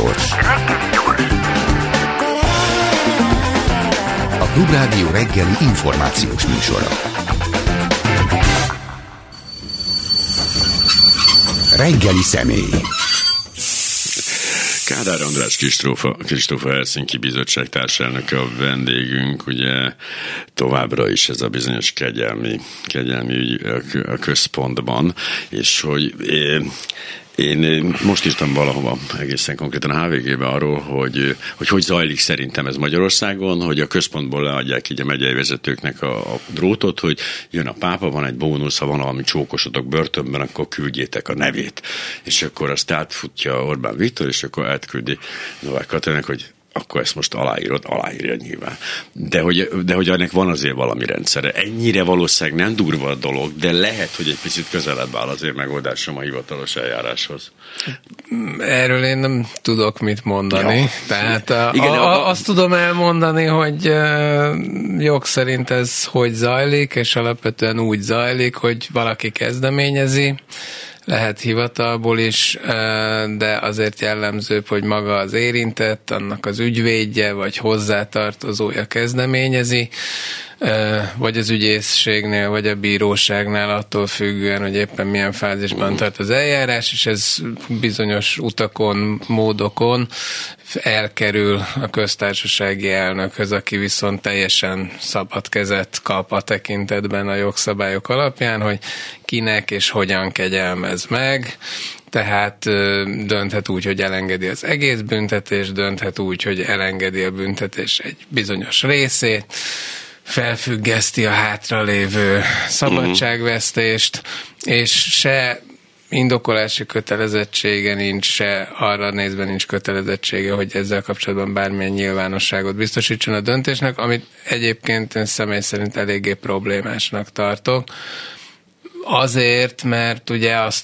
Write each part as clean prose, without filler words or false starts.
gyors. A Klubrádió reggeli információs műsora. Reggeli személy. Kádár András Kristófa Helsinki Bizottság társelnöke a vendégünk, ugye továbbra is ez a bizonyos kegyelmi ügy a központban, és hogy én most írtam valahova egészen konkrétan a HVG-be arról, hogy zajlik szerintem ez Magyarországon, hogy a központból leadják így a megyei vezetőknek a drótot, hogy jön a pápa, van egy bónusz, ha van valami csókosotok börtönben, akkor küldjétek a nevét. És akkor azt átfutja Orbán Viktor, és akkor átküldi Novák Katalinnak, hogy akkor ezt most aláírja nyilván. De hogy ennek van azért valami rendszere. Ennyire valószínűleg nem durva a dolog, de lehet, hogy egy picit közelebb áll azért megoldásom a hivatalos eljáráshoz. Erről én nem tudok mit mondani. Ja. Tehát azt tudom elmondani, hogy jog szerint ez hogy zajlik, és alapvetően úgy zajlik, hogy valaki kezdeményezi, lehet hivatalból is, de azért jellemzőbb, hogy maga az érintett, annak az ügyvédje vagy hozzátartozója kezdeményezi, vagy az ügyészségnél, vagy a bíróságnál attól függően, hogy éppen milyen fázisban tart az eljárás, és ez bizonyos utakon, módokon elkerül a köztársasági elnökhöz, aki viszont teljesen szabad kezet kap a tekintetben a jogszabályok alapján, hogy kinek és hogyan kegyelmez meg. Tehát dönthet úgy, hogy elengedi az egész büntetést, dönthet úgy, hogy elengedi a büntetés egy bizonyos részét, felfüggeszti a hátralévő szabadságvesztést, és se indokolási kötelezettsége nincs, se arra nézve nincs kötelezettsége, hogy ezzel kapcsolatban bármilyen nyilvánosságot biztosítson a döntésnek, amit egyébként én személy szerint eléggé problémásnak tartok. Azért, mert ugye azt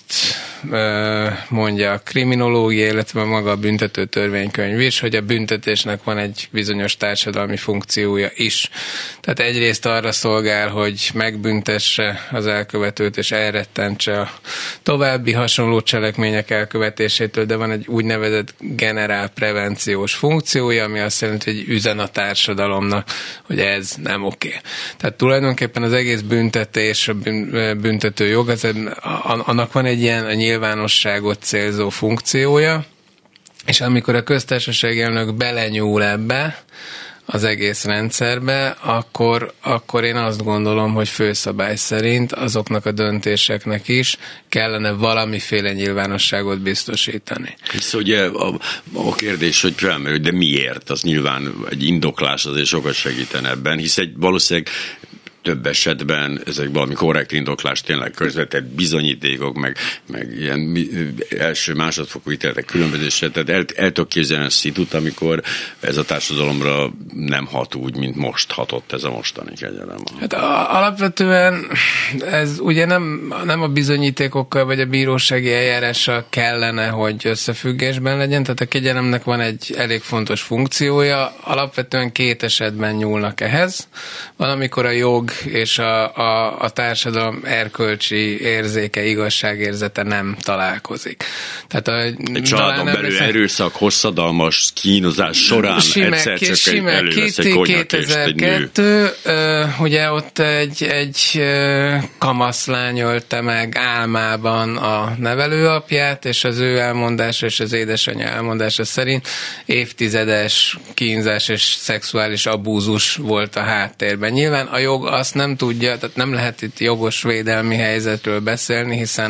mondja a kriminológia, illetve maga a büntető törvénykönyv is, hogy a büntetésnek van egy bizonyos társadalmi funkciója is. Tehát egyrészt arra szolgál, hogy megbüntesse az elkövetőt, és elrettentse a további hasonló cselekmények elkövetésétől, de van egy úgynevezett generál prevenciós funkciója, ami azt jelenti, hogy üzen a társadalomnak, hogy ez nem oké. Tehát tulajdonképpen az egész büntetés, a büntető jog, annak van egy ilyen a nyilvánosságot célzó funkciója, és amikor a köztársasági elnök belenyúl ebbe az egész rendszerbe, akkor én azt gondolom, hogy főszabály szerint azoknak a döntéseknek is kellene valamiféle nyilvánosságot biztosítani. Hisz ugye a kérdés, hogy felmerül, de miért? Az nyilván egy indoklás azért sokat segíten ebben, hisz valószínűleg több esetben ezek valami korrekt indoklás, tényleg közvetett bizonyítékok, meg ilyen első-másodfokú ítéletek különbözése. Tehát el tudok képzelni a szitut, amikor ez a társadalomra nem hat úgy, mint most hatott ez a mostani kegyelem. Hát alapvetően ez ugye nem a bizonyítékokkal vagy a bírósági eljárással kellene, hogy összefüggésben legyen, tehát a kegyelemnek van egy elég fontos funkciója, alapvetően két esetben nyúlnak ehhez. Valamikor a jog és a társadalom erkölcsi érzéke, igazságérzete nem találkozik. Tehát egy családon belül erőszak, hosszadalmas kínozás során egyszer csak elővesz egy konyhakést egy nő. 2002, ugye ott egy kamaszlány ölte meg álmában a nevelőapját, és az ő elmondása és az édesanyja elmondása szerint évtizedes kínzás és szexuális abúzus volt a háttérben. Nyilván a jog azt nem tudja, tehát nem lehet itt jogos védelmi helyzetről beszélni, hiszen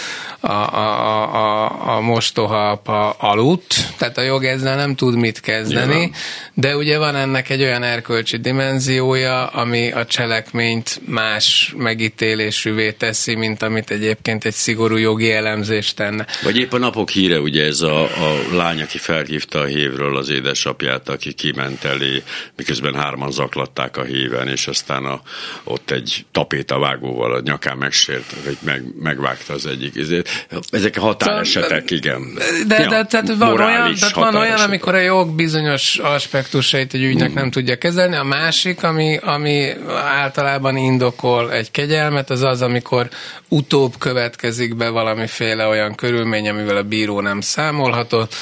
a mostohaapa aludt, tehát a jog ezzel nem tud mit kezdeni, ja. De ugye van ennek egy olyan erkölcsi dimenziója, ami a cselekményt más megítélésűvé teszi, mint amit egyébként egy szigorú jogi elemzés tenne. Vagy épp a napok híre, ugye ez a lány, aki felhívta a hévről az édesapját, aki kiment elé, miközben 3 zaklatták a héven, és aztán ott egy tapétavágóval a nyakán megsért, vagy megvágta az egyik. Ezek a határesetek, igen. De van olyan, amikor a jog bizonyos aspektusait egy ügynek nem tudja kezelni. A másik, ami általában indokol egy kegyelmet, az, amikor utóbb következik be valamiféle olyan körülmény, amivel a bíró nem számolhatott.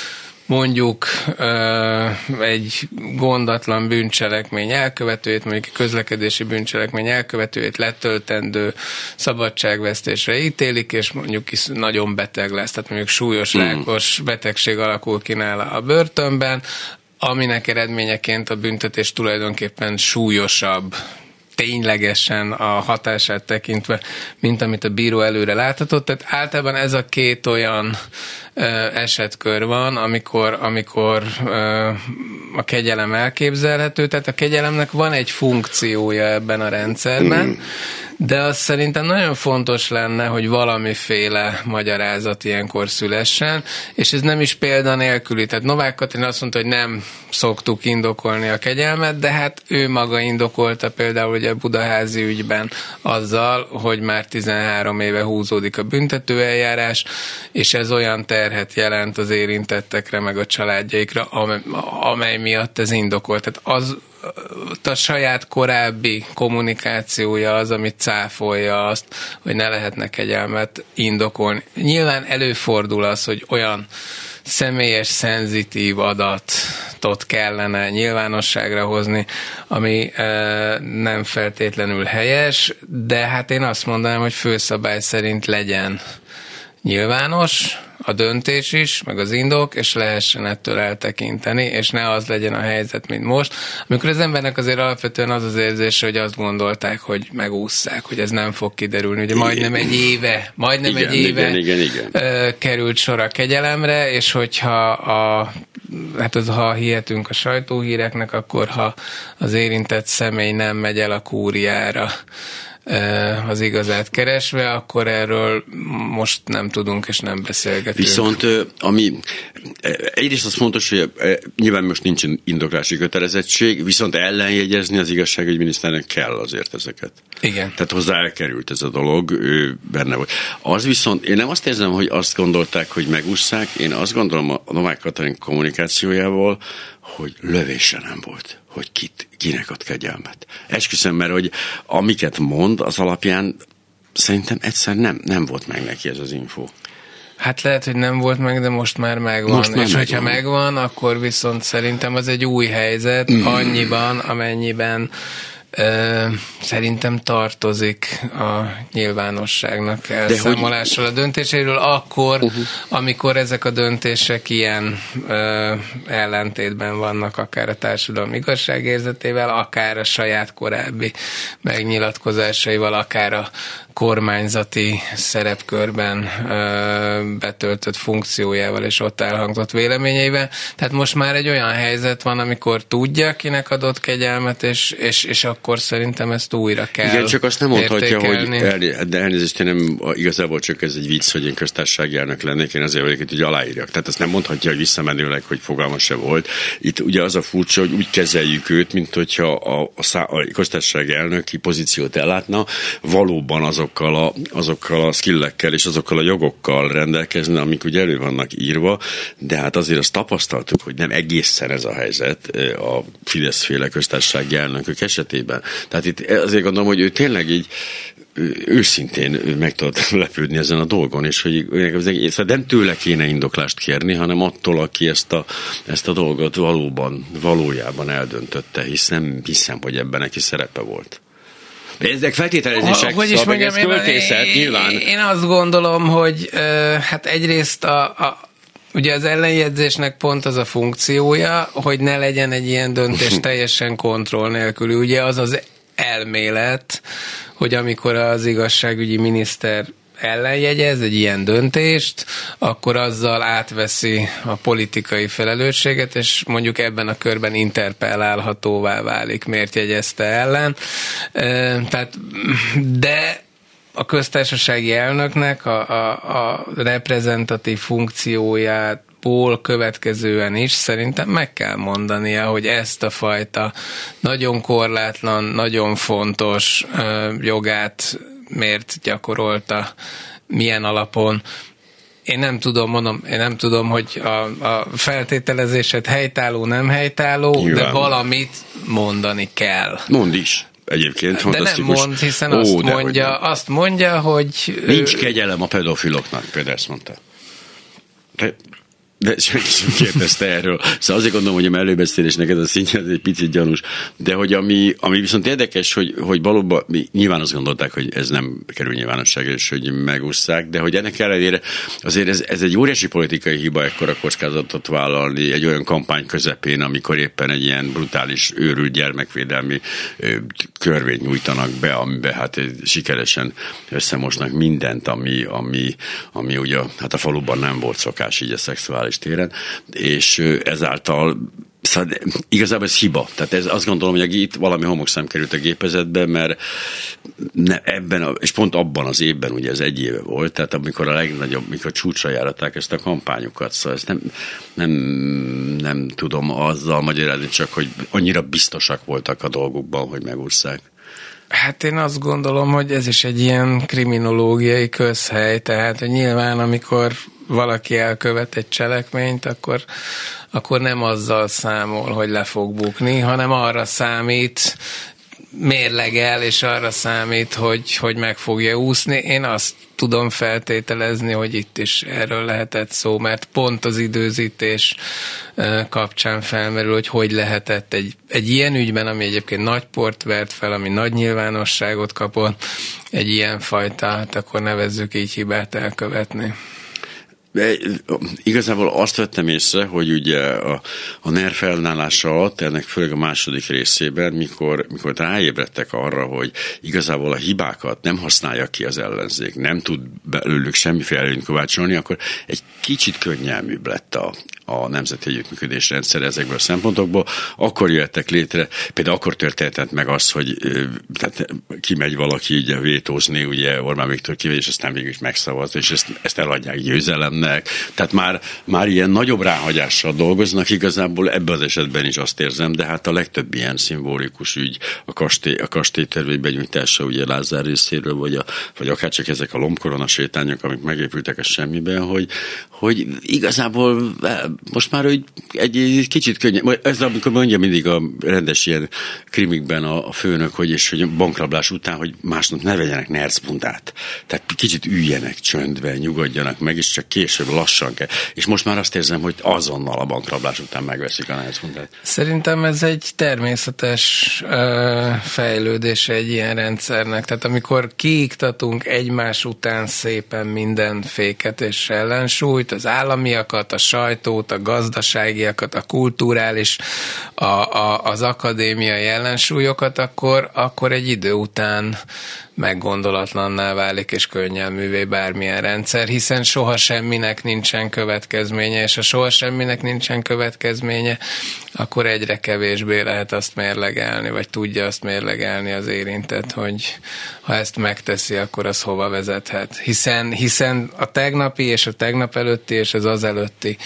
mondjuk egy gondatlan bűncselekmény elkövetőjét, mondjuk közlekedési bűncselekmény elkövetőjét letöltendő szabadságvesztésre ítélik, és mondjuk is nagyon beteg lesz, tehát mondjuk súlyos rákos betegség alakul ki nála a börtönben, aminek eredményeként a büntetés tulajdonképpen súlyosabb, ténylegesen a hatását tekintve, mint amit a bíró előre láthatott. Tehát általában ez a két olyan esetkör van, amikor a kegyelem elképzelhető, tehát a kegyelemnek van egy funkciója ebben a rendszerben, de az szerintem nagyon fontos lenne, hogy valamiféle magyarázat ilyenkor szülessen, és ez nem is példanélküli. Tehát Novák Katalin azt mondta, hogy nem szoktuk indokolni a kegyelmet, de hát ő maga indokolta például ugye a budaházi ügyben azzal, hogy már 13 éve húzódik a büntetőeljárás, és ez olyan terhet jelent az érintettekre, meg a családjaikra, amely miatt ez indokolt. Tehát az a saját korábbi kommunikációja az, amit cáfolja azt, hogy ne lehetne kegyelmet indokolni. Nyilván előfordul az, hogy olyan személyes, szenzitív adatot kellene nyilvánosságra hozni, ami nem feltétlenül helyes, de hát én azt mondanám, hogy főszabály szerint legyen nyilvános a döntés is, meg az indok, és lehessen ettől eltekinteni, és ne az legyen a helyzet, mint most, amikor az embernek azért alapvetően az az érzése, hogy azt gondolták, hogy megússzák, hogy ez nem fog kiderülni. Ugye majdnem egy éve került sor a kegyelemre, és hogyha ha hihetünk a sajtóhíreknek, akkor ha az érintett személy nem megy el a kúriára az igazát keresve, akkor erről most nem tudunk és nem beszélgetünk. Viszont ami egyrészt az fontos, hogy nyilván most nincs indoklási kötelezettség, viszont ellenjegyezni az igazságügyminiszternek kell azért ezeket. Igen. Tehát hozzá elkerült ez a dolog, ő benne volt. Az viszont, én nem azt érzem, hogy azt gondolták, hogy megússzák, én azt gondolom a Novák Katalin kommunikációjával, hogy lövése nem volt, hogy kinek ad kegyelmet. Esküszöm, mert hogy amiket mond, az alapján szerintem egyszer nem volt meg neki ez az info. Hát lehet, hogy nem volt meg, de most már megvan. És megvan. Hogyha megvan, akkor viszont szerintem az egy új helyzet, annyiban, amennyiben szerintem tartozik a nyilvánosságnak elszámolással a döntéséről, akkor, amikor ezek a döntések ilyen ellentétben vannak, akár a társadalom igazságérzetével, akár a saját korábbi megnyilatkozásaival, akár a kormányzati szerepkörben betöltött funkciójával és ott elhangzott véleményeivel. Tehát most már egy olyan helyzet van, amikor tudja, kinek adott kegyelmet, és akkor szerintem ezt újra kell. Igen, csak azt nem mondhatja, hogy de elnézést, én nem, igazából csak ez egy vicc, hogy én köztársasági elnök lennék, én azért vagyok, hogy aláírjak. Tehát azt nem mondhatja, hogy visszamenőleg, hogy fogalma se volt. Itt ugye az a furcsa, hogy úgy kezeljük őt, mint hogyha a köztársasági elnöki pozíciót ellátna, valóban azokkal a skillekkel és azokkal a jogokkal rendelkezne, amik ugye elő vannak írva, de hát azért azt tapasztaltuk, hogy nem egészen ez a helyzet a Fidesz-féle köztársasági elnökök esetében. Tehát itt azért gondolom, hogy ő tényleg így őszintén meg tudott lepődni ezen a dolgon, és hogy nem tőle kéne indoklást kérni, hanem attól, aki ezt a dolgot valójában eldöntötte, hisz nem hiszem, hogy ebben neki szerepe volt. Ezek feltételezések, szóval ez költészet, nyilván. Én azt gondolom, hogy hát egyrészt ugye az ellenjegyzésnek pont az a funkciója, hogy ne legyen egy ilyen döntés teljesen kontroll nélkül. Ugye az az elmélet, hogy amikor az igazságügyi miniszter ellenjegyez egy ilyen döntést, akkor azzal átveszi a politikai felelősséget, és mondjuk ebben a körben interpellálhatóvá válik, miért jegyezte ellen. De a köztársasági elnöknek a reprezentatív funkciójából következően is szerintem meg kell mondania, hogy ezt a fajta nagyon korlátlan, nagyon fontos jogát miért gyakorolta, milyen alapon. Én nem tudom, hogy a feltételezésed helytálló, nem helytálló, nyilván. De valamit mondani kell. Mondd is. Egyébként de nem mond, hiszen azt mondja, hogy... Nincs kegyelem a pedofiloknak, például ezt mondta. De senki sem kérdezte erről. Szóval azért gondolom, hogy a mellőbeszélés neked a szintjén egy picit gyanús. De hogy ami viszont érdekes, hogy valóban nyilván azt gondolták, hogy ez nem kerül nyilvánosságra, és hogy megússzák, de hogy ennek ellenére azért ez egy óriási politikai hiba, ekkora kockázatot vállalni egy olyan kampány közepén, amikor éppen egy ilyen brutális, őrült gyermekvédelmi körvényt nyújtanak be, amiben hát sikeresen összemosnak mindent, ami ugye hát a faluban nem volt szokás így a szexuális téren, és ezáltal szóval igazából ez hiba. Tehát azt gondolom, hogy itt valami homokszám került a gépezetbe, mert és pont abban az évben, ugye ez egy éve volt, tehát amikor a legnagyobb, mikor csúcsra járatták ezt a kampányokat, szóval ezt nem tudom azzal magyarázni, csak hogy annyira biztosak voltak a dolgukban, hogy megússzák. Hát én azt gondolom, hogy ez is egy ilyen kriminológiai közhely, tehát hogy nyilván amikor valaki elkövet egy cselekményt, akkor nem azzal számol, hogy le fog bukni, hanem arra számít, mérlegel, és arra számít, hogy meg fogja úszni. Én azt tudom feltételezni, hogy itt is erről lehetett szó, mert pont az időzítés kapcsán felmerül, hogy lehetett egy ilyen ügyben, ami egyébként nagy port vert fel, ami nagy nyilvánosságot kapott, egy ilyen fajta, hát akkor nevezzük így, hibát elkövetni. De igazából azt vettem észre, hogy ugye a NER felállása alatt, ennek főleg a második részében, mikor ráébredtek arra, hogy igazából a hibákat nem használja ki az ellenzék, nem tud belőlük semmiféle előnyt kovácsolni, akkor egy kicsit könnyelműbb lett a nemzeti együttműködés rendszer ezekből a szempontokból. Akkor jöttek létre, például akkor történt meg az, hogy tehát kimegy valaki így vétózni, ugye Orbán Viktor kimegy, és aztán végül is megszavaz, és ezt eladják győzelemnek. Tehát már ilyen nagyobb ráhagyással dolgoznak, igazából ebben az esetben is azt érzem, de hát a legtöbb ilyen szimbolikus ügy, a kastélytörvény benyújtása ugye Lázár részéről, vagy akár csak ezek a lombkorona sétányok, amik megépültek a semmiben, hogy igazából most már egy kicsit könnyebb. Ez amikor mondja mindig a rendes ilyen krimikben a főnök, hogy a bankrablás után, hogy másnap ne vegyenek nercbundát. Tehát kicsit üljenek csöndbe, nyugodjanak meg, és csak később lassan kell. És most már azt érzem, hogy azonnal a bankrablás után megveszik a nercbundát. Szerintem ez egy természetes fejlődése egy ilyen rendszernek. Tehát amikor kiiktatunk egymás után szépen minden féket és ellensúlyt, az államiakat, a sajtót, a gazdaságiakat, a kulturális, az akadémiai ellensúlyokat, akkor egy idő után meggondolatlanná válik és könnyelművé bármilyen rendszer, hiszen soha semminek nincsen következménye, és ha soha semminek nincsen következménye, akkor egyre kevésbé lehet azt mérlegelni, vagy tudja azt mérlegelni az érintett, hogy ha ezt megteszi, akkor az hova vezethet. Hiszen a tegnapi és a tegnap előtti és az előtti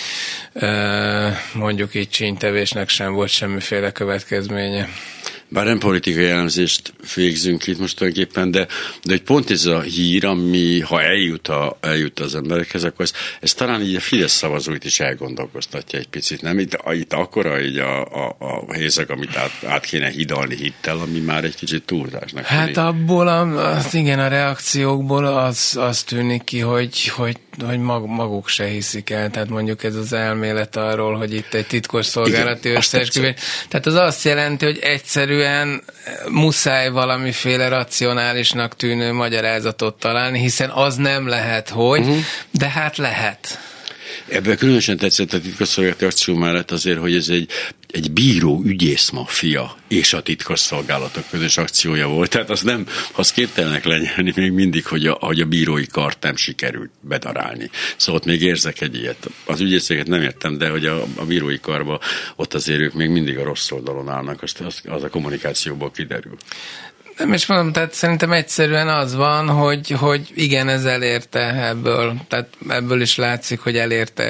mondjuk így csínytevésnek sem volt semmiféle következménye. Bár nem politikai elemzést végzünk itt most tulajdonképpen, de hogy pont ez a hír, ami ha eljut az emberekhez, akkor ez talán így a Fidesz szavazóit is elgondolkoztatja egy picit, nem? Itt akkora így a hézag, amit át kéne hidalni hittel, ami már egy kicsit túlzásnak. Hát abból a reakciókból az tűnik ki, hogy maguk se hiszik el. Tehát mondjuk ez az elmélet arról, hogy itt egy titkos szolgálati összeesküvés. Tehát az azt jelenti, hogy egyszerűen muszáj valamiféle racionálisnak tűnő magyarázatot találni, hiszen az nem lehet, de hát lehet. Ebben különösen tetszett a titkosszolgálati akció mellett azért, hogy ez egy bíró ügyész maffia és a titkosszolgálatok közös akciója volt. Tehát az képtelenek lenyelni még mindig, hogy a bírói kart nem sikerült bedarálni. Szóval ott még érzek egy ilyet. Az ügyészeket nem értem, de hogy a bírói karba ott azért ők még mindig a rossz oldalon állnak, az a kommunikációból kiderül. Nem is mondom, tehát szerintem egyszerűen az van, hogy igen, ez elérte ebből. Tehát ebből is látszik, hogy elérte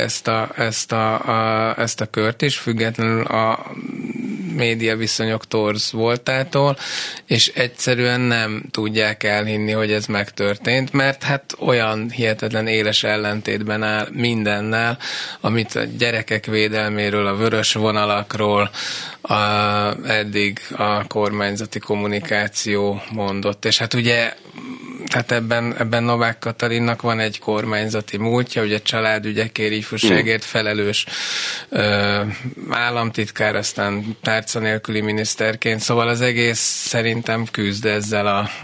ezt a kört is, függetlenül a média viszonyok torz voltától, és egyszerűen nem tudják elhinni, hogy ez megtörtént, mert hát olyan hihetetlen éles ellentétben áll mindennel, amit a gyerekek védelméről, a vörös vonalakról, eddig a kormányzati kommunikáció mondott. És hát ugye Tehát ebben Novák Katalinnak van egy kormányzati múltja, ugye családügyekért, ifjúságért felelős államtitkár, aztán tárca nélküli miniszterként, szóval az egész szerintem küzd ezzel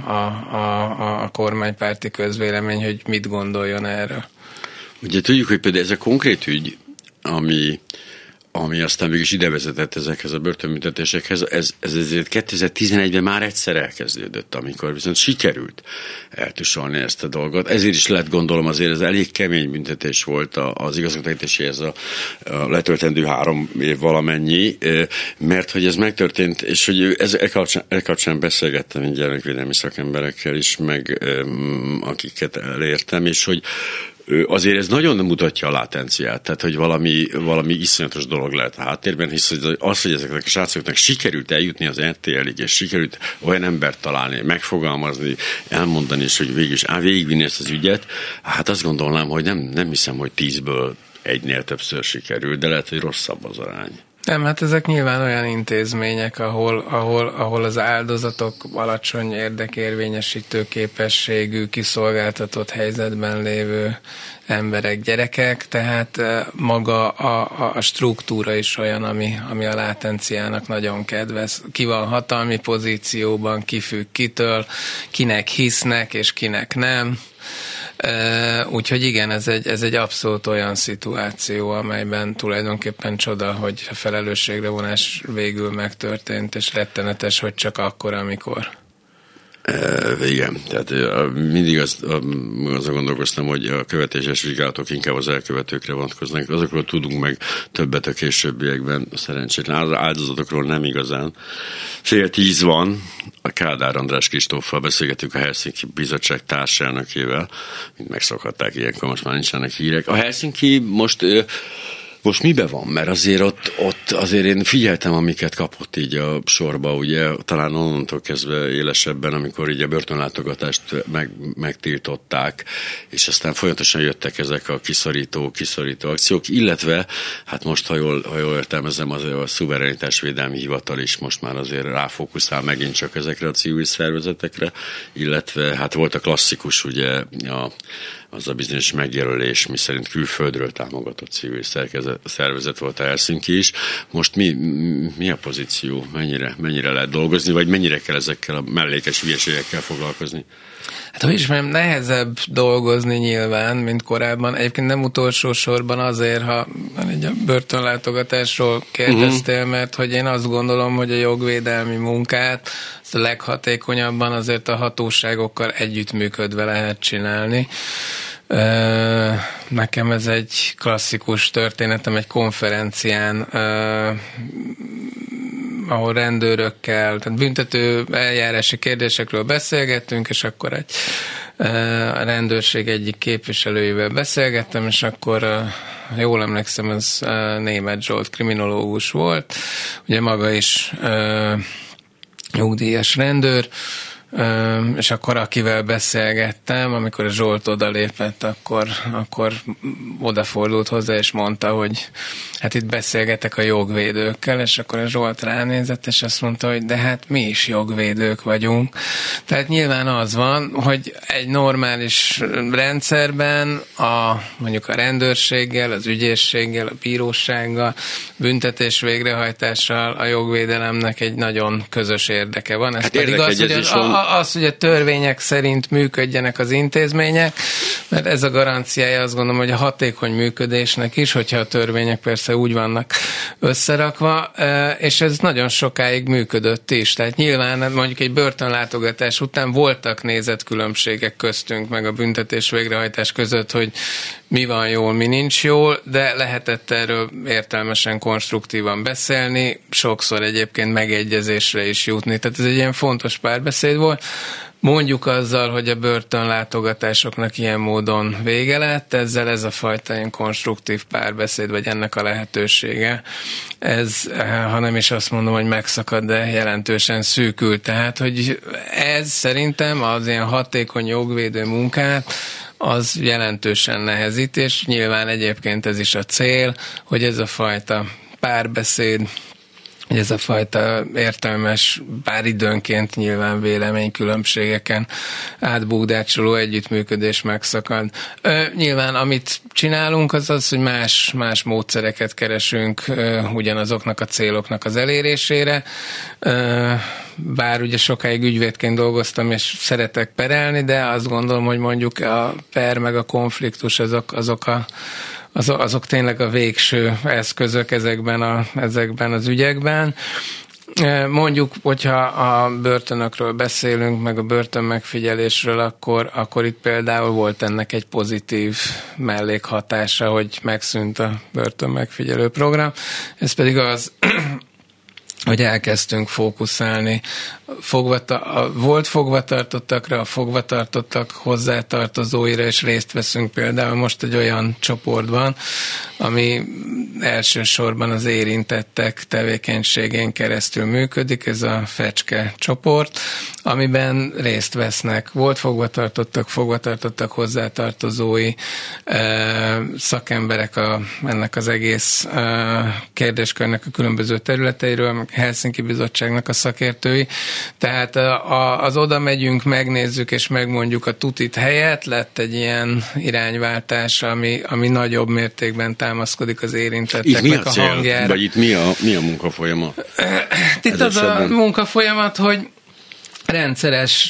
a kormánypárti közvélemény, hogy mit gondoljon erről. Ugye tudjuk, hogy például ez a konkrét ügy, ami aztán mégis ide vezetett ezekhez a börtönbüntetésekhez, ez ezért 2011-ben már egyszer elkezdődött, amikor viszont sikerült eltusolni ezt a dolgot. Ezért is lett, gondolom, azért ez elég kemény büntetés volt az igazságtanítéséhez a letöltendő 3 év valamennyi, mert hogy ez megtörtént, és hogy e kapcsán beszélgettem gyermekvédelmi szakemberekkel is, meg akiket elértem, és hogy azért ez nagyon mutatja a látenciát, tehát hogy valami iszonyatos dolog lehet a háttérben, hisz az, hogy ezeknek a srácoknak sikerült eljutni az RTL-ig, és sikerült olyan embert találni, megfogalmazni, elmondani, és hogy végigvinni ezt az ügyet, hát azt gondolnám, hogy nem hiszem, hogy 10-ből 1-nél többször sikerült, de lehet, hogy rosszabb az arány. Nem, hát ezek nyilván olyan intézmények, ahol az áldozatok alacsony érdekérvényesítő képességű, kiszolgáltatott helyzetben lévő emberek, gyerekek, tehát maga a struktúra is olyan, ami a látenciának nagyon kedvez. Ki van hatalmi pozícióban, ki függ kitől, kinek hisznek és kinek nem. Úgyhogy igen, ez egy abszolút olyan szituáció, amelyben tulajdonképpen csoda, hogy a felelősségre vonás végül megtörtént, és rettenetes, hogy csak akkor, amikor. Igen, tehát mindig azon gondolkoztam, hogy a követéses vizsgálatok inkább az elkövetőkre vonatkoznak, azokról tudunk meg többet a későbbiekben, szerencsétlen az áldozatokról nem igazán. 9:30 van, a Kádár András Kristóffal beszélgetünk, a Helsinki Bizottság társelnökével, mint megszokhatták ilyenkor, most már nincsenek hírek. A Helsinki most miben van? Mert azért ott azért én figyeltem, amiket kapott így a sorba, ugye talán onnantól kezdve élesebben, amikor így a börtönlátogatást megtiltották, és aztán folyamatosan jöttek ezek a kiszorító akciók, illetve, hát most, ha jól értelmezem, azért a Szuverenitásvédelmi Hivatal is most már azért ráfókuszál megint csak ezekre a civil szervezetekre, illetve hát volt a klasszikus, ugye az a bizonyos megjelölés, miszerint külföldről támogatott civil szervezet volt a Helsinki is. Most mi a pozíció? Mennyire lehet dolgozni, vagy mennyire kell ezekkel a mellékes hülyeségekkel foglalkozni? Hát hogy is mondjam, nehezebb dolgozni nyilván, mint korábban. Egyébként nem utolsó sorban azért, ha egy a börtönlátogatásról kérdeztél, mert hogy én azt gondolom, hogy a jogvédelmi munkát a leghatékonyabban azért a hatóságokkal együttműködve lehet csinálni. Nekem ez egy klasszikus történetem egy konferencián, ahol rendőrökkel, tehát büntető eljárási kérdésekről beszélgettünk, és akkor a rendőrség egyik képviselőjével beszélgettem, és akkor jól emlékszem, ez Németh Zsolt kriminológus volt, ugye maga is nyugdíjas rendőr, és akkor akivel beszélgettem, amikor a Zsolt odalépett, akkor odafordult hozzá, és mondta, hogy hát itt beszélgetek a jogvédőkkel, és akkor a Zsolt ránézett, és azt mondta, hogy de hát mi is jogvédők vagyunk. Tehát nyilván az van, hogy egy normális rendszerben mondjuk a rendőrséggel, az ügyészséggel, a bírósággal, büntetés végrehajtással a jogvédelemnek egy nagyon közös érdeke van. Ez hát pedig az, hogy a törvények szerint működjenek az intézmények, mert ez a garanciája, azt gondolom, hogy a hatékony működésnek is, hogyha a törvények persze úgy vannak összerakva, és ez nagyon sokáig működött is. Tehát nyilván mondjuk egy börtönlátogatás után voltak nézetkülönbségek köztünk, meg a büntetés végrehajtás között, hogy mi van jól, mi nincs jól, de lehetett erről értelmesen, konstruktívan beszélni, sokszor egyébként megegyezésre is jutni. Tehát ez egy ilyen fontos párbeszéd volt. Mondjuk azzal, hogy a börtönlátogatásoknak ilyen módon vége lett, ezzel ez a fajta ilyen konstruktív párbeszéd, vagy ennek a lehetősége, ez, ha nem is azt mondom, hogy megszakad, de jelentősen szűkült. Tehát, hogy ez szerintem az ilyen hatékony jogvédő munkát, az jelentősen nehezít, és nyilván egyébként ez is a cél, hogy ez a fajta párbeszéd hogy ez a fajta értelmes, bár időnként nyilván véleménykülönbségeken átbukdácsoló együttműködés megszakad. Nyilván amit csinálunk, az az, hogy más módszereket keresünk ugyanazoknak a céloknak az elérésére. Bár ugye sokáig ügyvédként dolgoztam, és szeretek perelni, de azt gondolom, hogy mondjuk a per meg a konfliktus azok tényleg a végső eszközök ezekben az ügyekben. Mondjuk, hogyha a börtönökről beszélünk, meg a börtönmegfigyelésről, akkor itt például volt ennek egy pozitív mellékhatása, hogy megszűnt a börtönmegfigyelő program. Ez pedig az, hogy elkezdtünk fókuszálni volt fogvatartottakra, a fogvatartottak hozzátartozóira, és részt veszünk például most egy olyan csoportban, ami elsősorban az érintettek tevékenységén keresztül működik, ez a Fecske csoport, amiben részt vesznek volt fogvatartottak hozzátartozói, szakemberek ennek az egész kérdéskörnek a különböző területeiről, Helsinki Bizottságnak a szakértői. Tehát az oda megyünk, megnézzük és megmondjuk a tutit helyett, lett egy ilyen irányváltás, ami nagyobb mértékben támaszkodik az érintetteknek a hangjára. Vagy itt mi a munkafolyamat? Itt az a munkafolyamat, hogy rendszeres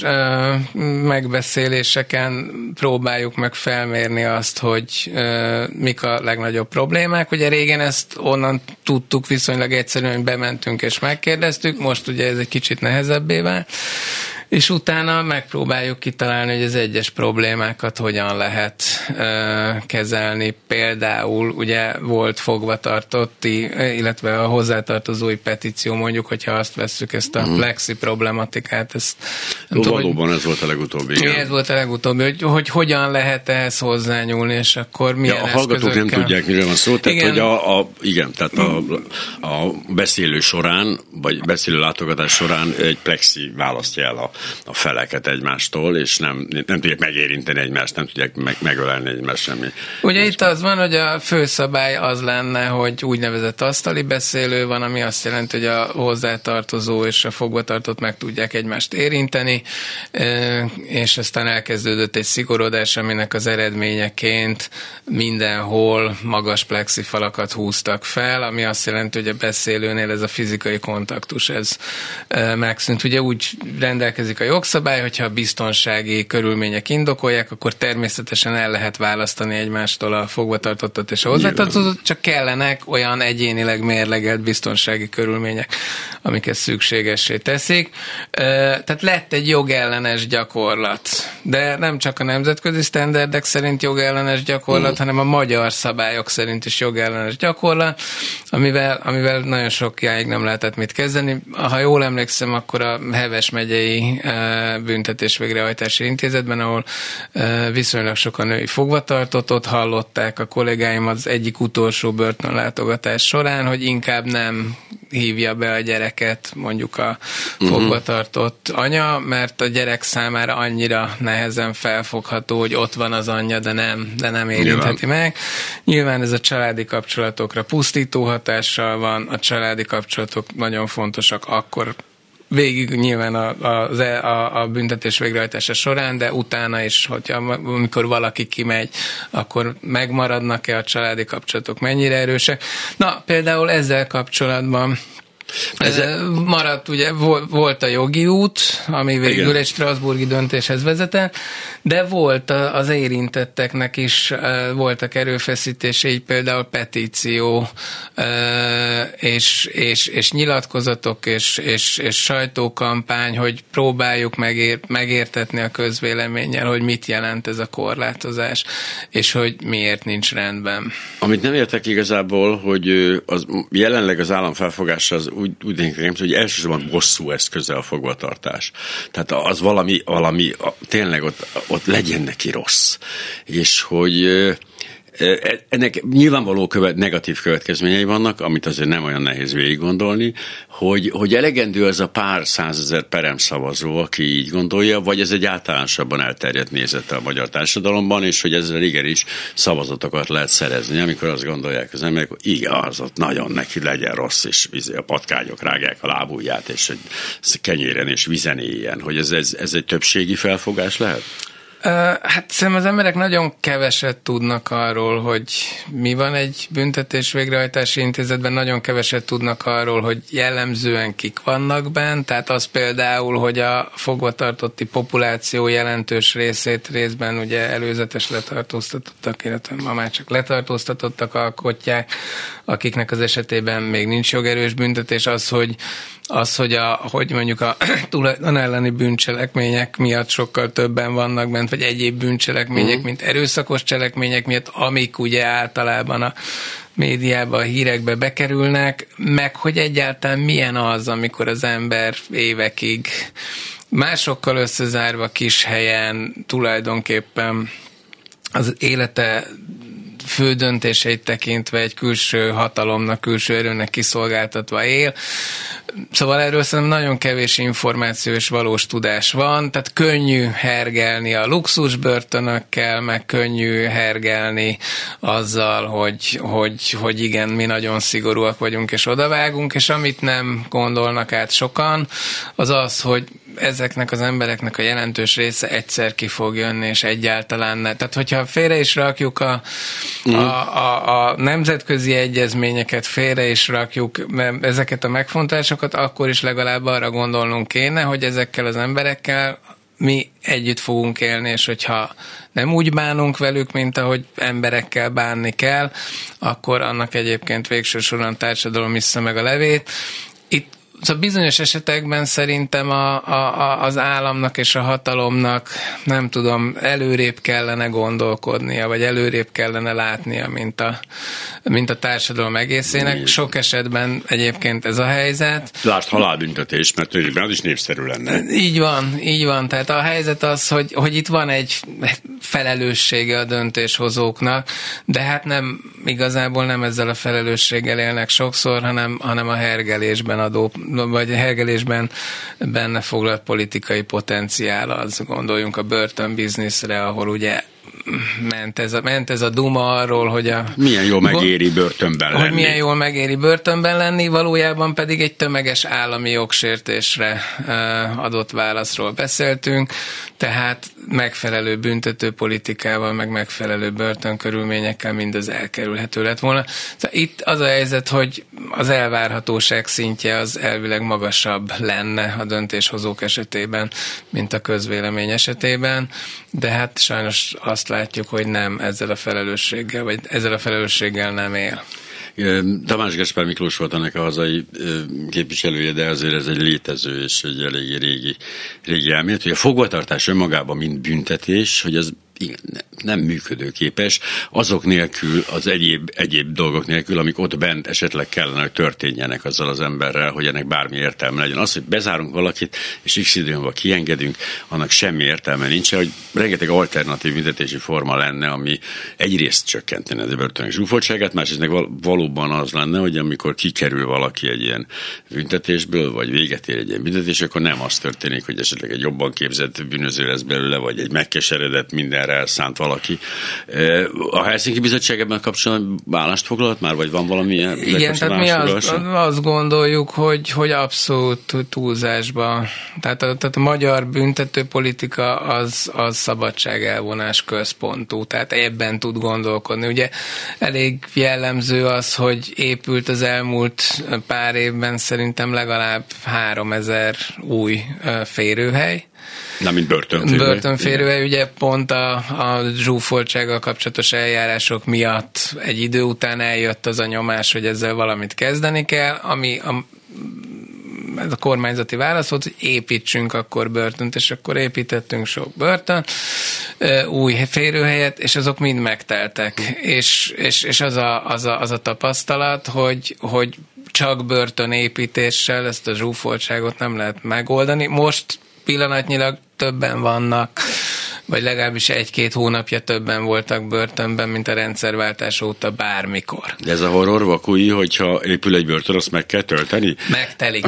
megbeszéléseken próbáljuk meg felmérni azt, hogy mik a legnagyobb problémák. Ugye régen ezt onnan tudtuk viszonylag egyszerűen, hogy bementünk és megkérdeztük, most ugye ez egy kicsit nehezebbé vált, és utána megpróbáljuk kitalálni, hogy az egyes problémákat hogyan lehet kezelni. Például ugye volt fogvatartotti, illetve a hozzátartozói petíció, mondjuk, hogyha azt vesszük, ezt a plexi problematikát. Valóban ez volt a legutóbbi. Ez volt a legutóbbi, hogy hogyan lehet ehhez hozzányúlni, és akkor milyen eszközökkel. A hallgatók nem tudják, miről van szó. Tehát, hogy a beszélő során, vagy beszélő látogatás során egy plexi választja el a feleket egymástól, és nem tudják megérinteni egymást, nem tudják megölelni egymást semmi. Ugye itt az van, hogy a főszabály az lenne, hogy úgynevezett asztali beszélő van, ami azt jelenti, hogy a hozzátartozó és a fogvatartott meg tudják egymást érinteni, és aztán elkezdődött egy szigorodás, aminek az eredményeként mindenhol magas plexifalakat húztak fel, ami azt jelenti, hogy a beszélőnél ez a fizikai kontaktus, ez megszűnt. Ugye úgy rendelkezik a jogszabály, hogyha a biztonsági körülmények indokolják, akkor természetesen el lehet választani egymástól a fogvatartottat és a hozzátartozót, csak kellenek olyan egyénileg mérlegelt biztonsági körülmények, amik ezt szükségessé teszik. Tehát lett egy jogellenes gyakorlat, de nem csak a nemzetközi sztenderdek szerint jogellenes gyakorlat, hanem a magyar szabályok szerint is jogellenes gyakorlat, amivel nagyon sokáig nem lehetett mit kezdeni. Ha jól emlékszem, akkor a Heves megyei büntetés végrehajtási intézetben, ahol viszonylag sokan női fogvatartott, ott hallották a kollégáim az egyik utolsó börtönlátogatás során, hogy inkább nem hívja be a gyereket mondjuk a fogvatartott anya, mert a gyerek számára annyira nehezen felfogható, hogy ott van az anyja, de nem érintheti meg. Nyilván ez a családi kapcsolatokra pusztító hatással van, a családi kapcsolatok nagyon fontosak akkor végig nyilván a büntetés végrehajtása során, de utána is, amikor valaki kimegy, akkor megmaradnak-e a családi kapcsolatok, mennyire erősek. Na, például ezzel kapcsolatban maradt, ugye volt a jogi út, ami végül egy strasbourgi döntéshez vezetett, de volt az érintetteknek is voltak erőfeszítései, például petíció, és nyilatkozatok, és sajtókampány, hogy próbáljuk megértetni a közvéleménnyel, hogy mit jelent ez a korlátozás, és hogy miért nincs rendben. Amit nem értek igazából, hogy jelenleg az állam felfogása az úgy nézem, hogy elsősorban bosszú eszköze a fogvatartás. Tehát az valami tényleg ott legyen neki rossz. És hogy Ennek nyilvánvaló negatív következményei vannak, amit azért nem olyan nehéz végig gondolni, hogy elegendő az a pár százezer peremszavazó, aki így gondolja, vagy ez egy általánosabban elterjedt nézete a magyar társadalomban, és hogy ezzel igenis szavazatokat lehet szerezni, amikor azt gondolják az emberek, hogy igaz, ott nagyon neki legyen rossz, és a patkányok rágják a lábujját, és hogy kenyéren és vizen éljen, hogy ez egy többségi felfogás lehet? Hát szerintem az emberek nagyon keveset tudnak arról, hogy mi van egy büntetés végrehajtási intézetben, nagyon keveset tudnak arról, hogy jellemzően kik vannak bent, tehát az például, hogy a fogvatartotti populáció jelentős részben ugye előzetes letartóztatottak, illetve ma már csak letartóztatottak alkotják, akiknek az esetében még nincs jogerős büntetés, hogy mondjuk a tulajdon elleni bűncselekmények miatt sokkal többen vannak bent, vagy egyéb bűncselekmények, mint erőszakos cselekmények miatt, amik ugye általában a médiába, a hírekbe bekerülnek, meg hogy egyáltalán milyen az, amikor az ember évekig másokkal összezárva kis helyen tulajdonképpen az élete fő döntéseit tekintve egy külső hatalomnak, külső erőnek kiszolgáltatva él. Szóval erről szerintem nagyon kevés információ és valós tudás van, tehát könnyű hergelni a luxusbörtönökkel, meg könnyű hergelni azzal, hogy igen, mi nagyon szigorúak vagyunk és odavágunk, és amit nem gondolnak át sokan, az az, hogy ezeknek az embereknek a jelentős része egyszer ki fog jönni, és egyáltalán ne. Tehát, hogyha félre is rakjuk a nemzetközi egyezményeket, félre is rakjuk ezeket a megfontolásokat, akkor is legalább arra gondolnunk kéne, hogy ezekkel az emberekkel mi együtt fogunk élni, és hogyha nem úgy bánunk velük, mint ahogy emberekkel bánni kell, akkor annak egyébként végső soron társadalom issza meg a levét. Szóval bizonyos esetekben szerintem az államnak és a hatalomnak, nem tudom, előrébb kellene gondolkodnia, vagy előrébb kellene látnia, mint a társadalom egészének. Sok esetben egyébként ez a helyzet. Lásd, halálbüntetés, mert az is népszerű lenne. Így van. Tehát a helyzet az, hogy itt van egy felelőssége a döntéshozóknak, de hát igazából nem ezzel a felelősséggel élnek sokszor, hanem a hergelésben vagy a hergelésben benne foglalt politikai potenciál, az gondoljunk a börtönbizniszre, ahol ugye ment ez a duma arról, hogy milyen jól megéri börtönben lenni. Hogy milyen jól megéri börtönben lenni, valójában pedig egy tömeges állami jogsértésre adott válaszról beszéltünk, tehát megfelelő büntetőpolitikával, meg megfelelő börtönkörülményekkel mindez elkerülhető lett volna. Szóval itt az a helyzet, hogy az elvárhatóság szintje az elvileg magasabb lenne a döntéshozók esetében, mint a közvélemény esetében, de hát sajnos azt látjuk, hogy nem ezzel a felelősséggel nem él. Tamás Gáspár Miklós volt ennek a hazai képviselője, de azért ez egy létező és egy eléggé régi elmélet, hogy a fogvatartás önmagában mint büntetés, hogy ez nem működőképes, azok nélkül, az egyéb dolgok nélkül, amik ott bent esetleg kellene, hogy történjenek azzal az emberrel, hogy ennek bármi értelme legyen. Az, hogy bezárunk valakit, és x időn kiengedünk, annak semmi értelme nincs, hogy rengeteg alternatív büntetési forma lenne, ami egyrészt csökkentene a börtönök zsúfoltságát, másrészt valóban az lenne, hogy amikor kikerül valaki egy ilyen büntetésből, vagy véget ér egy ilyen büntetés, akkor nem az történik, hogy esetleg egy jobban képzett bűnöző lesz belőle, vagy egy megkeseredett mindenre elszánt valaki. A Helsinki Bizottság ebben kapcsolatban választ foglalt már, vagy van valami ilyen? Igen, tehát mi azt gondoljuk, hogy abszolút túlzásba. Tehát a magyar büntetőpolitika az szabadságelvonás központú, tehát ebben tud gondolkodni. Ugye elég jellemző az, hogy épült az elmúlt pár évben szerintem legalább 3000 új férőhely. Nem, mint börtönférőhely, ugye pont a zsúfoltsággal kapcsolatos eljárások miatt egy idő után eljött az a nyomás, hogy ezzel valamit kezdeni kell, ami ez a kormányzati válasz volt, hogy építsünk akkor börtönt, és akkor építettünk sok börtön, új férőhelyet, és azok mind megteltek. És az a tapasztalat, hogy csak börtönépítéssel ezt a zsúfoltságot nem lehet megoldani. Most pillanatnyilag többen vannak vagy legalábbis 1-2 hónapja többen voltak börtönben, mint a rendszerváltás óta bármikor. De ez a horror vakui, hogyha épül egy börtön, azt meg kell tölteni? Megtelik.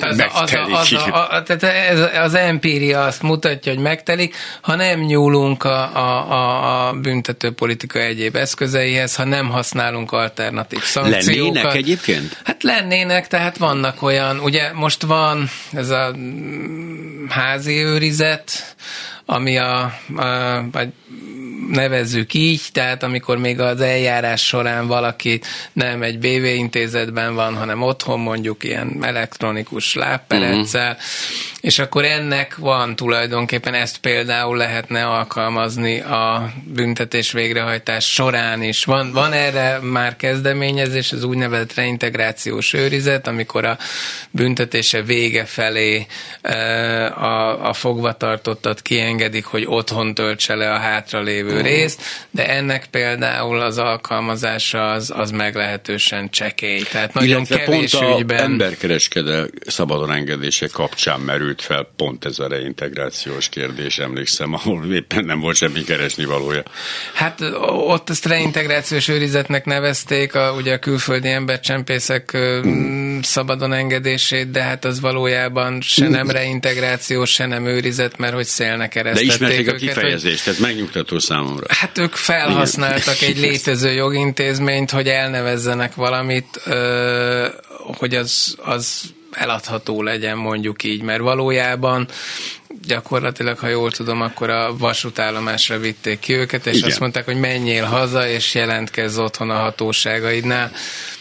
Tehát az empíria azt mutatja, hogy megtelik, ha nem nyúlunk a büntetőpolitika egyéb eszközeihez, ha nem használunk alternatív szankciókat. Lennének egyébként? Hát lennének, tehát vannak olyan, ugye most van ez a házi őrizet, ami vagy nevezzük így, tehát amikor még az eljárás során valaki nem egy BV intézetben van, hanem otthon mondjuk ilyen elektronikus lábpereccel, és akkor ennek van tulajdonképpen, ezt például lehetne alkalmazni a büntetés végrehajtás során is. Van erre már kezdeményezés, az úgynevezett reintegrációs őrizet, amikor a büntetése vége felé a fogvatartottat kiengedik, hogy otthon töltse le a hátralévő részt, de ennek például az alkalmazása az meglehetősen csekély. Tehát nagyon kevés pont ügyben. Az emberkereskedő szabadon engedése kapcsán merült fel pont ez a reintegrációs kérdés, emlékszem, ahol éppen nem volt semmi keresni valója. Hát ott ezt reintegrációs őrizetnek nevezték, ugye a külföldi embercsempészek szabadon engedését, de hát az valójában se nem reintegrációs, se nem őrizet, mert hogy szélnek eresztették őket. De ismerték a kifejezést, ez megnyugtató számomra. Hát ők felhasználtak egy létező jogintézményt, hogy elnevezzenek valamit, hogy az eladható legyen, mondjuk így, mert valójában gyakorlatilag, ha jól tudom, akkor a vasútállomásra vitték ki őket, és azt mondták, hogy menjél haza, és jelentkezz otthon a hatóságaidnál.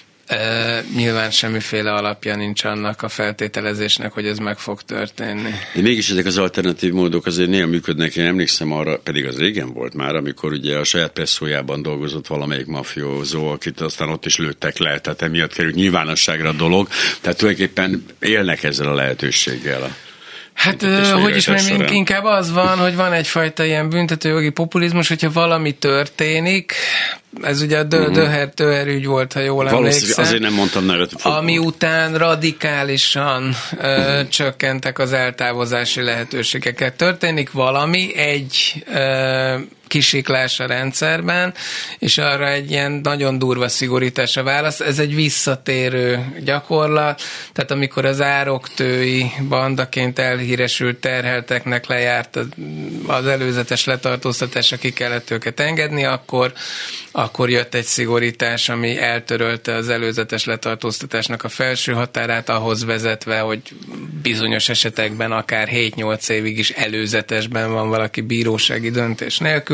Nyilván semmiféle alapja nincs annak a feltételezésnek, hogy ez meg fog történni. De mégis ezek az alternatív módok azért néha működnek. Én emlékszem arra, pedig az régen volt már, amikor ugye a saját presszójában dolgozott valamelyik mafiózó, akit aztán ott is lőttek le, tehát emiatt került nyilvánosságra a dolog. Tehát tulajdonképpen élnek ezzel a lehetőséggel. Hát, hogy is mondjam, inkább az van, hogy van egyfajta ilyen büntetőjogi populizmus, hogyha valami történik, ez ugye a Döher ügy volt, ha jól emlékszem. Azért nem mondtam nevet. Ami után radikálisan csökkentek az eltávozási lehetőségeket. Történik valami, egy kisiklás a rendszerben, és arra egy ilyen nagyon durva szigorítás a válasz. Ez egy visszatérő gyakorlat, tehát amikor az ároktői bandaként elhíresült terhelteknek lejárt az előzetes letartóztatásra, ki kellett őket engedni, akkor jött egy szigorítás, ami eltörölte az előzetes letartóztatásnak a felső határát, ahhoz vezetve, hogy bizonyos esetekben akár 7-8 évig is előzetesben van valaki bírósági döntés nélkül.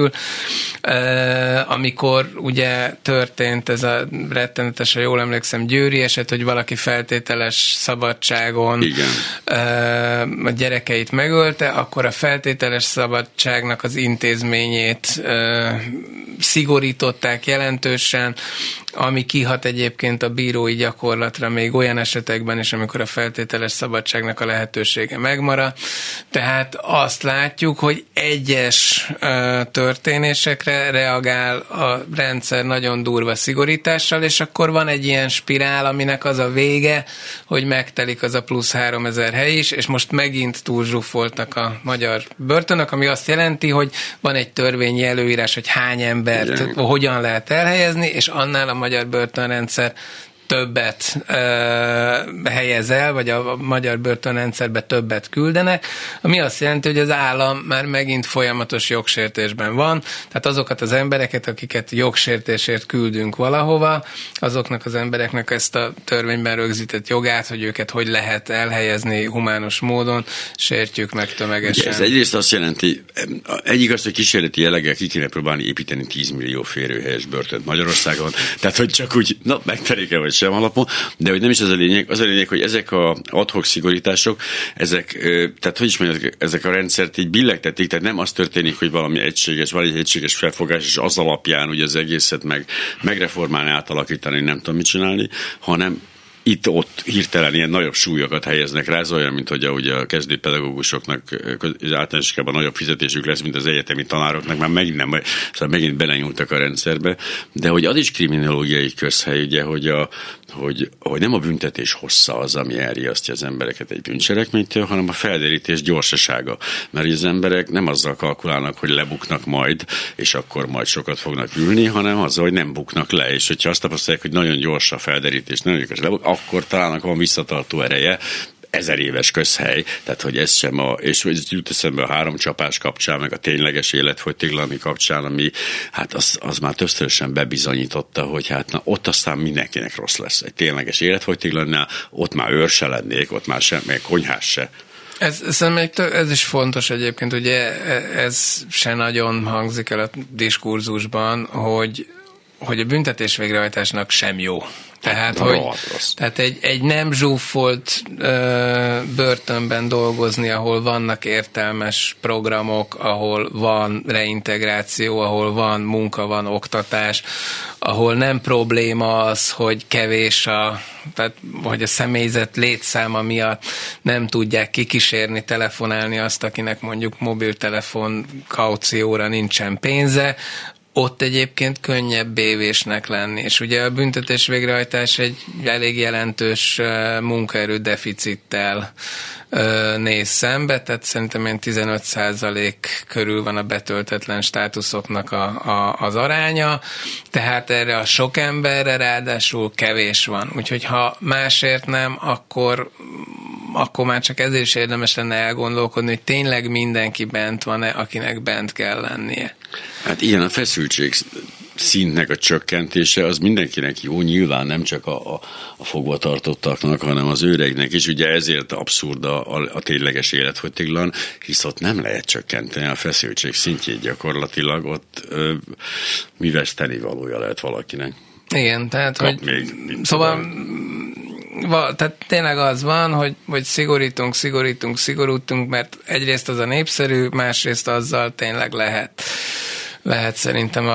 Amikor ugye történt ez a rettenetes, ha jól emlékszem, győri eset, hogy valaki feltételes szabadságon a gyerekeit megölte, akkor a feltételes szabadságnak az intézményét szigorították jelentősen, ami kihat egyébként a bírói gyakorlatra még olyan esetekben is, amikor a feltételes szabadságnak a lehetősége megmarad. Tehát azt látjuk, hogy egyes történésekre reagál a rendszer nagyon durva szigorítással, és akkor van egy ilyen spirál, aminek az a vége, hogy megtelik az a plusz 3000 hely is, és most megint túlzsúfoltak a magyar börtönök, ami azt jelenti, hogy van egy törvényi előírás, hogy hány embert hogyan lehet elhelyezni, és annál a magyar börtönrendszer többet helyez el, vagy a magyar börtönrendszerbe többet küldenek, ami azt jelenti, hogy az állam már megint folyamatos jogsértésben van, tehát azokat az embereket, akiket jogsértésért küldünk valahova, azoknak az embereknek ezt a törvényben rögzített jogát, hogy őket hogy lehet elhelyezni humánus módon, sértjük meg tömegesen. Ez egyrészt azt jelenti, egyik az, hogy kísérleti jelleggel ki kéne próbálni építeni 10 millió férőhelyes börtönt Magyarországon, tehát hogy csak úgy, megtelik-e vagy sem alapon, de hogy nem is ez a lényeg. Az a lényeg, hogy ezek a ad-hoc szigorítások, tehát hogy is mondjuk, ezek a rendszert így billegtetik, tehát nem az történik, hogy valami egységes felfogás, és az alapján ugye az egészet megreformálni, átalakítani, nem tudom mit csinálni, hanem itt-ott hirtelen ilyen nagyobb súlyokat helyeznek rá, ez olyan, mint hogy a kezdő pedagógusoknak általánosságban nagyobb fizetésük lesz, mint az egyetemi tanároknak, már megint belenyúltak a rendszerbe, de hogy az is kriminológiai közhely, ugye, hogy nem a büntetés hossza az, ami elriasztja az embereket egy bűncselekménytől, hanem a felderítés gyorsasága. Mert az emberek nem azzal kalkulálnak, hogy lebuknak majd, és akkor majd sokat fognak ülni, hanem azzal, hogy nem buknak le. És hogyha azt tapasztalják, hogy nagyon gyors a felderítés, nagyon gyors lebuk, akkor találnak van visszatartó ereje, 1000 éves közhely, tehát hogy ez sem és hogy jut eszembe a 3 csapás kapcsán, meg a tényleges életfogytiglani kapcsán, ami hát az már többszörösen bebizonyította, hogy hát na, ott aztán mindenkinek rossz lesz. Egy tényleges életfogytiglannál ott már őr se lennék, ott már sem, meg konyhás se. Ez is fontos egyébként, ugye ez se nagyon hangzik el a diskurzusban, hogy a büntetés végrehajtásnak sem jó. Tehát egy nem zsúfolt börtönben dolgozni, ahol vannak értelmes programok, ahol van reintegráció, ahol van munka, van oktatás, ahol nem probléma az, hogy kevés tehát hogy a személyzet létszáma miatt nem tudják kikísérni, telefonálni azt, akinek mondjuk mobiltelefon kaucióra nincsen pénze, ott egyébként könnyebb bévésnek lenni. És ugye a büntetés végrehajtás egy elég jelentős munkaerődeficittel néz szembe, tehát szerintem 15% körül van a betöltetlen státuszoknak az aránya, tehát erre a sok emberre ráadásul kevés van. Úgyhogy ha másért nem, akkor már csak ezért is érdemes lenne elgondolkodni, hogy tényleg mindenki bent van-e, akinek bent kell lennie. Hát ilyen a feszültség szintnek a csökkentése, az mindenkinek jó, nyilván nem csak a fogvatartottaknak, hanem az őregnek is. Ugye ezért abszurd a tényleges életfogytiglan, hisz ott nem lehet csökkenteni a feszültség szintjét gyakorlatilag, ott mi veszteni valója lehet valakinek. Igen, tehát hogy szóval tehát tényleg az van, hogy szigorítunk, mert egyrészt az a népszerű, másrészt azzal tényleg lehet szerintem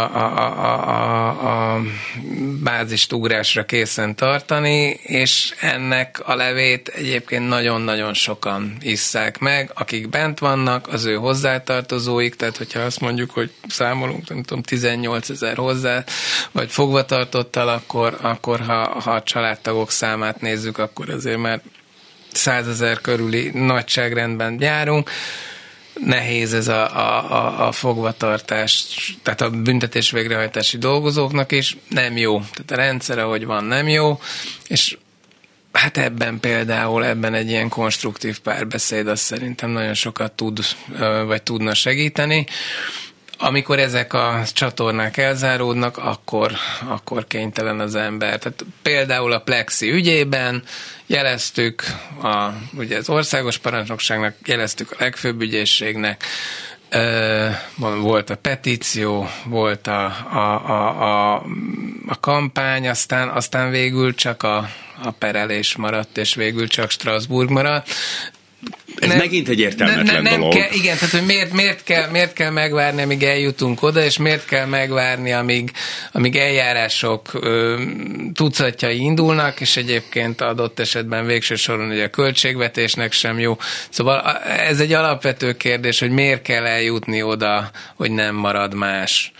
a bázist ugrásra készen tartani, és ennek a levét egyébként nagyon-nagyon sokan isszák meg, akik bent vannak, az ő hozzátartozóik, tehát hogyha azt mondjuk, hogy számolunk, nem tudom, 18 000 hozzá, vagy fogvatartottal, akkor ha a családtagok számát nézzük, akkor azért már 100 000 körüli nagyságrendben járunk. Nehéz ez a fogvatartás, tehát a büntetés végrehajtási dolgozóknak is nem jó. Tehát a rendszer, ahogy van, nem jó, és hát ebben egy ilyen konstruktív párbeszéd, az szerintem nagyon sokat tudna segíteni. Amikor ezek a csatornák elzáródnak, akkor kénytelen az ember. Tehát például a Plexi ügyében jeleztük, ugye az országos parancsnokságnak, jeleztük a legfőbb ügyészségnek, volt a petíció, volt a kampány, aztán végül csak a perelés maradt, és végül csak Strasbourg maradt. Ez megint egy értelmetlen dolog. Igen, tehát hogy miért kell megvárni, amíg eljutunk oda, és miért kell megvárni, amíg eljárások tucatjai indulnak, és egyébként adott esetben végső soron ugye a költségvetésnek sem jó. Szóval ez egy alapvető kérdés, hogy miért kell eljutni oda, hogy nem marad más,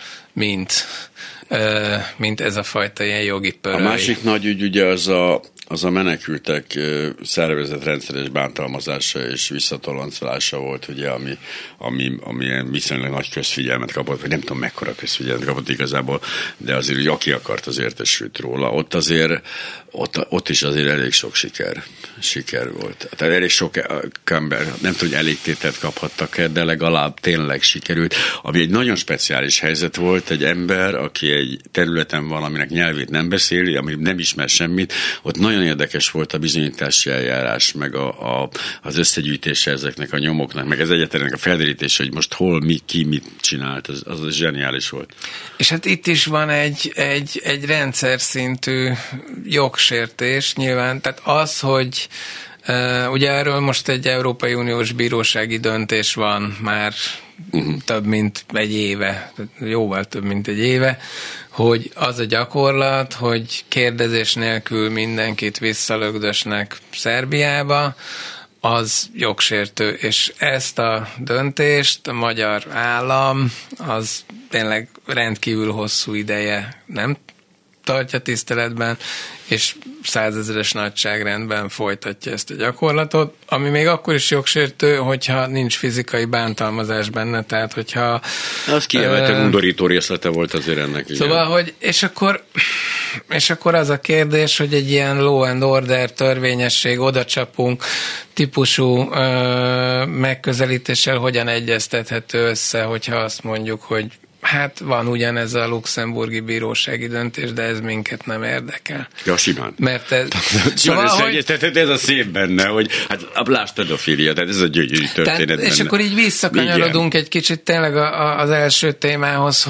mint ez a fajta ilyen jogi pöröly. A másik nagy ügy ugye az a menekültek szervezett rendszeres bántalmazása és visszatoloncolása volt, ugye, ami viszonylag nagy közfigyelmet kapott, vagy nem tudom mekkora közfigyelmet kapott igazából, de azért, hogy aki akart, az értesült róla. Ott is azért elég sok siker volt. Tehát elég sok ember, nem tudom, hogy elég tételt kaphattak el, de legalább tényleg sikerült. Ami egy nagyon speciális helyzet volt, egy ember, aki egy területen van, aminek nyelvét nem beszéli, ami nem ismer semmit, ott nagyon érdekes volt a bizonyítási eljárás, meg az összegyűjtése ezeknek a nyomoknak, meg ez egyáltalán a felderítése, hogy most hol, ki mit csinált, az zseniális volt. És hát itt is van egy rendszer szintű jogsértés nyilván, tehát az, hogy ugye erről most egy Európai Uniós bírósági döntés van már több mint egy éve, jóval több mint egy éve, hogy az a gyakorlat, hogy kérdezés nélkül mindenkit visszalögdösnek Szerbiába, az jogsértő, és ezt a döntést a magyar állam az tényleg rendkívül hosszú ideje nem tartja tiszteletben, és 100 000-es nagyságrendben folytatja ezt a gyakorlatot, ami még akkor is jogsértő, hogyha nincs fizikai bántalmazás benne, tehát hogyha... Az kiemelten undorító részlete volt azért ennek. Szóval, hogy és akkor az a kérdés, hogy egy ilyen law and order törvényesség, odacsapunk típusú megközelítéssel hogyan egyeztethető össze, hogyha azt mondjuk, hogy hát van ugyanez a luxemburgi bírósági döntés, de ez minket nem érdekel. Ja, simán. Mert ez... Szóval, hogy... ez a szép benne, hogy hát lásd pedofília, tehát ez a gyönyörű történet benne. És akkor így visszakanyarodunk egy kicsit tényleg az első témához,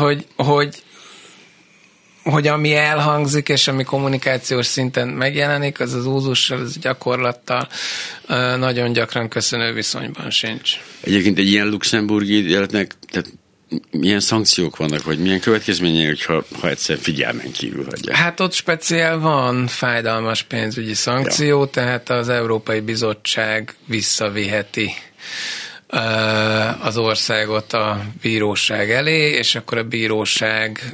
hogy ami elhangzik, és ami kommunikációs szinten megjelenik, az az úzussal, az gyakorlattal nagyon gyakran köszönő viszonyban sincs. Egyébként egy ilyen luxemburgi ítéletnek, tehát milyen szankciók vannak, vagy milyen következményei, ha egyszer figyelmen kívül hagyják? Hát ott speciál van fájdalmas pénzügyi szankció, tehát az Európai Bizottság visszaviheti az országot a bíróság elé, és akkor a bíróság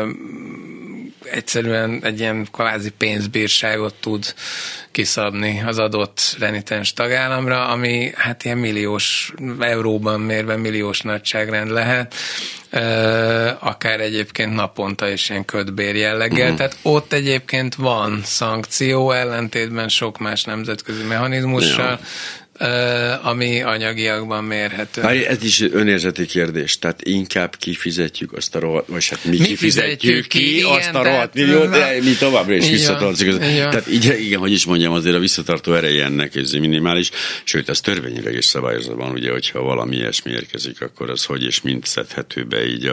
egyszerűen egy ilyen kvázi pénzbírságot tud kiszabni az adott renitens tagállamra, ami hát ilyen milliós, euróban mérve milliós nagyságrend lehet, akár egyébként naponta is ilyen kötbér jelleggel. Tehát ott egyébként van szankció, ellentétben sok más nemzetközi mechanizmussal, ami anyagiakban mérhető. Ez is önérzeti kérdés, tehát inkább kifizetjük azt a rohadt, vagy hát mi kifizetjük ki azt a rohadt milliót, de mi továbbra is visszatartjuk. Tehát igen, hogy is mondjam, azért a visszatartó ereje ennek ez minimális, sőt, ez törvényileg is szabályozva van, ugye, hogyha valami ilyesmi érkezik, akkor az hogy és mint szedhető be így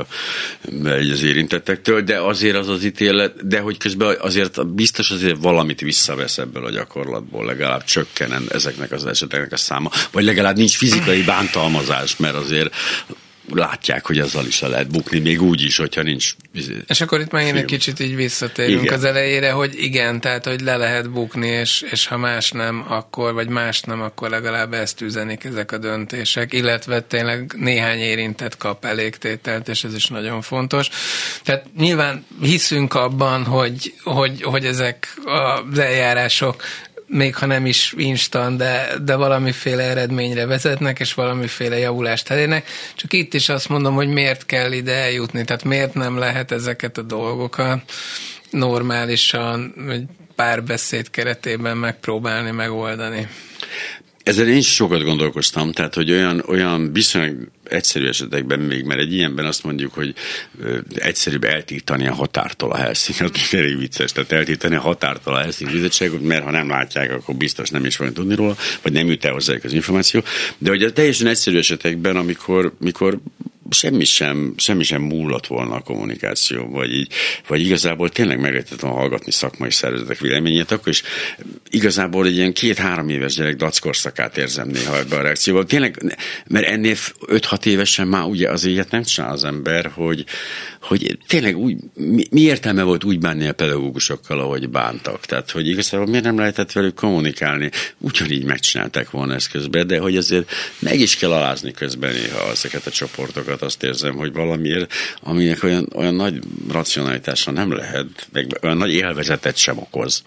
az érintettektől, de azért az ítélet, de hogy közben azért biztos azért valamit visszavesz ebből a gyakorlatból, legalább csökken ezeknek az eseteknek a száma, vagy legalább nincs fizikai bántalmazás, mert azért látják, hogy azzal is le lehet bukni, még úgy is, hogyha nincs... És akkor itt megint egy kicsit így visszatérünk igen. Az elejére, hogy igen, tehát, hogy le lehet bukni, és ha más nem, akkor, vagy más nem, akkor legalább ezt üzenik ezek a döntések, illetve tényleg néhány érintett kap elégtételt, és ez is nagyon fontos. Tehát nyilván hiszünk abban, hogy ezek az eljárások még ha nem is instant, de valamiféle eredményre vezetnek, és valamiféle javulást elérnek. Csak itt is azt mondom, hogy miért kell ide eljutni, tehát miért nem lehet ezeket a dolgokat normálisan, egy párbeszéd keretében megpróbálni megoldani. Ezzel én is sokat gondolkoztam, tehát, hogy olyan viszonylag egyszerű esetekben még, mert egy ilyenben azt mondjuk, hogy egyszerűbb eltiltani a határtól a Helsinki, az elég vicces, tehát eltiltani a határtól a Helsinki bizottságot, mert ha nem látják, akkor biztos nem is fognak tudni róla, vagy nem jut el hozzájuk az információ. De hogy a teljesen egyszerű esetekben, amikor semmi sem múlott volna a kommunikáció, vagy igazából tényleg meg lehetett volna hallgatni szakmai szervezetek véleményét, akkor is igazából egy ilyen 2-3 éves gyerek dackorszakát érzem néha ebben a reakcióban. Tényleg, mert ennél 5-6 évesen már ugye az ilyet nem csinál az ember, hogy tényleg úgy, mi értelme volt úgy bánni a pedagógusokkal, ahogy bántak. Tehát, hogy igazából miért nem lehetett velük kommunikálni? Ugyanígy megcsinálták volna ezt közben, de hogy azért meg is kell alázni közben néha ezeket a csoportokat. Azt érzem, hogy valamiért, aminek olyan nagy racionalitása nem lehet, meg olyan nagy élvezetet sem okoz.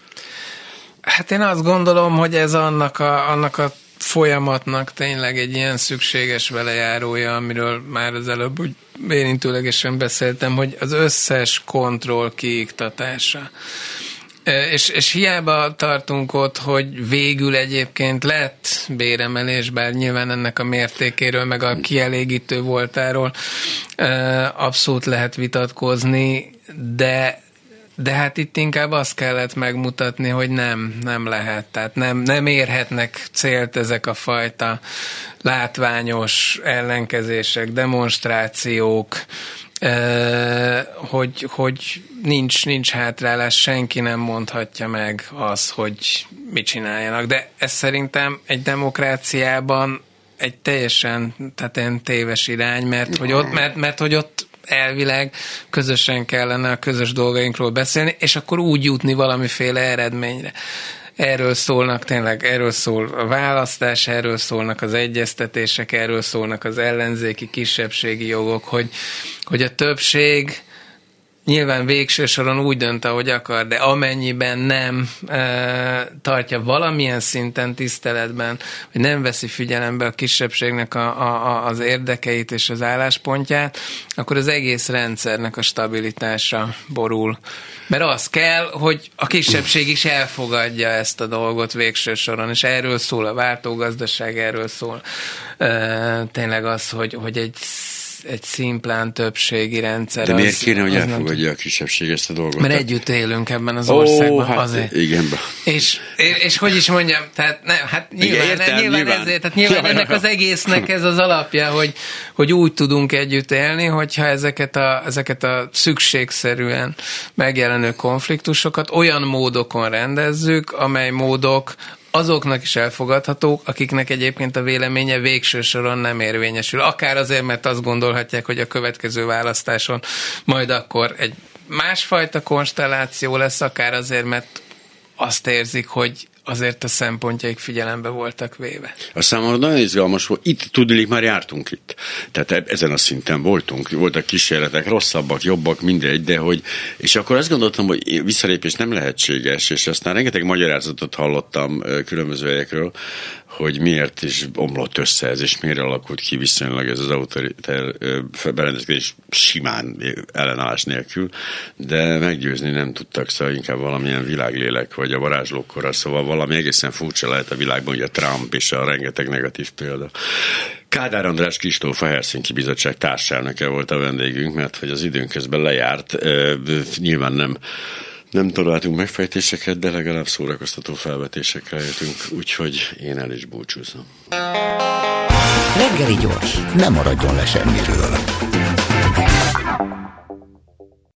Hát én azt gondolom, hogy ez annak a folyamatnak tényleg egy ilyen szükséges velejárója, amiről már az előbb úgy érintőlegesen beszéltem, hogy az összes kontroll kiiktatása. És hiába tartunk ott, hogy végül egyébként lett béremelés, bár nyilván ennek a mértékéről, meg a kielégítő voltáról abszolút lehet vitatkozni, de hát itt inkább azt kellett megmutatni, hogy nem lehet. Tehát nem érhetnek célt ezek a fajta látványos ellenkezések, demonstrációk, hogy nincs hátrálás, senki nem mondhatja meg azt, hogy mit csináljanak. De ez szerintem egy demokráciában egy teljesen téves irány, mert hogy ott elvileg közösen kellene a közös dolgainkról beszélni, és akkor úgy jutni valamiféle eredményre. Erről szól a választás, erről szólnak az egyeztetések, erről szólnak az ellenzéki kisebbségi jogok, hogy a többség nyilván végső soron úgy dönt, ahogy akar, de amennyiben nem tartja valamilyen szinten tiszteletben, hogy nem veszi figyelembe a kisebbségnek az érdekeit és az álláspontját, akkor az egész rendszernek a stabilitása borul. Mert az kell, hogy a kisebbség is elfogadja ezt a dolgot végső soron, és erről szól a váltógazdaság, erről szól tényleg az, hogy egy szimplán többségi rendszer. De miért kéne, hogy elfogadja a kisebbség ezt a dolgot? Mert együtt élünk ebben az országban. Hát azért. Igen. És hogy is mondjam, tehát nyilván ezért, tehát nyilván ennek az egésznek ez az alapja, hogy úgy tudunk együtt élni, hogyha ezeket a szükségszerűen megjelenő konfliktusokat olyan módokon rendezzük, amely módok azoknak is elfogadhatók, akiknek egyébként a véleménye végső soron nem érvényesül. Akár azért, mert azt gondolhatják, hogy a következő választáson majd akkor egy másfajta konstelláció lesz, akár azért, mert azt érzik, hogy azért a szempontjaik figyelembe voltak véve. A számomra nagyon izgalmas volt, itt tudniillik már jártunk itt. Tehát ezen a szinten voltak kísérletek, rosszabbak, jobbak, mindegy, de hogy, és akkor azt gondoltam, hogy visszalépés nem lehetséges, és aztán rengeteg magyarázatot hallottam különböző helyekről, hogy miért is omlott össze ez, és miért alakult ki viszonylag ez az autoritár berendezkedés simán ellenállás nélkül, de meggyőzni nem tudtak, szóval inkább valamilyen világlélek, vagy a varázslókora, szóval valami egészen furcsa lehet a világban, ugye a Trump és a rengeteg negatív példa. Kádár András Kristóf, a Helsinki Bizottság társelnöke volt a vendégünk, mert hogy az időn közben lejárt, nyilván nem találtunk megfejtéseket, de legalább szórakoztató felvetésekre jöttünk, úgyhogy én el is búcsúzom. Reggeli gyors, nem maradjon le semmiről.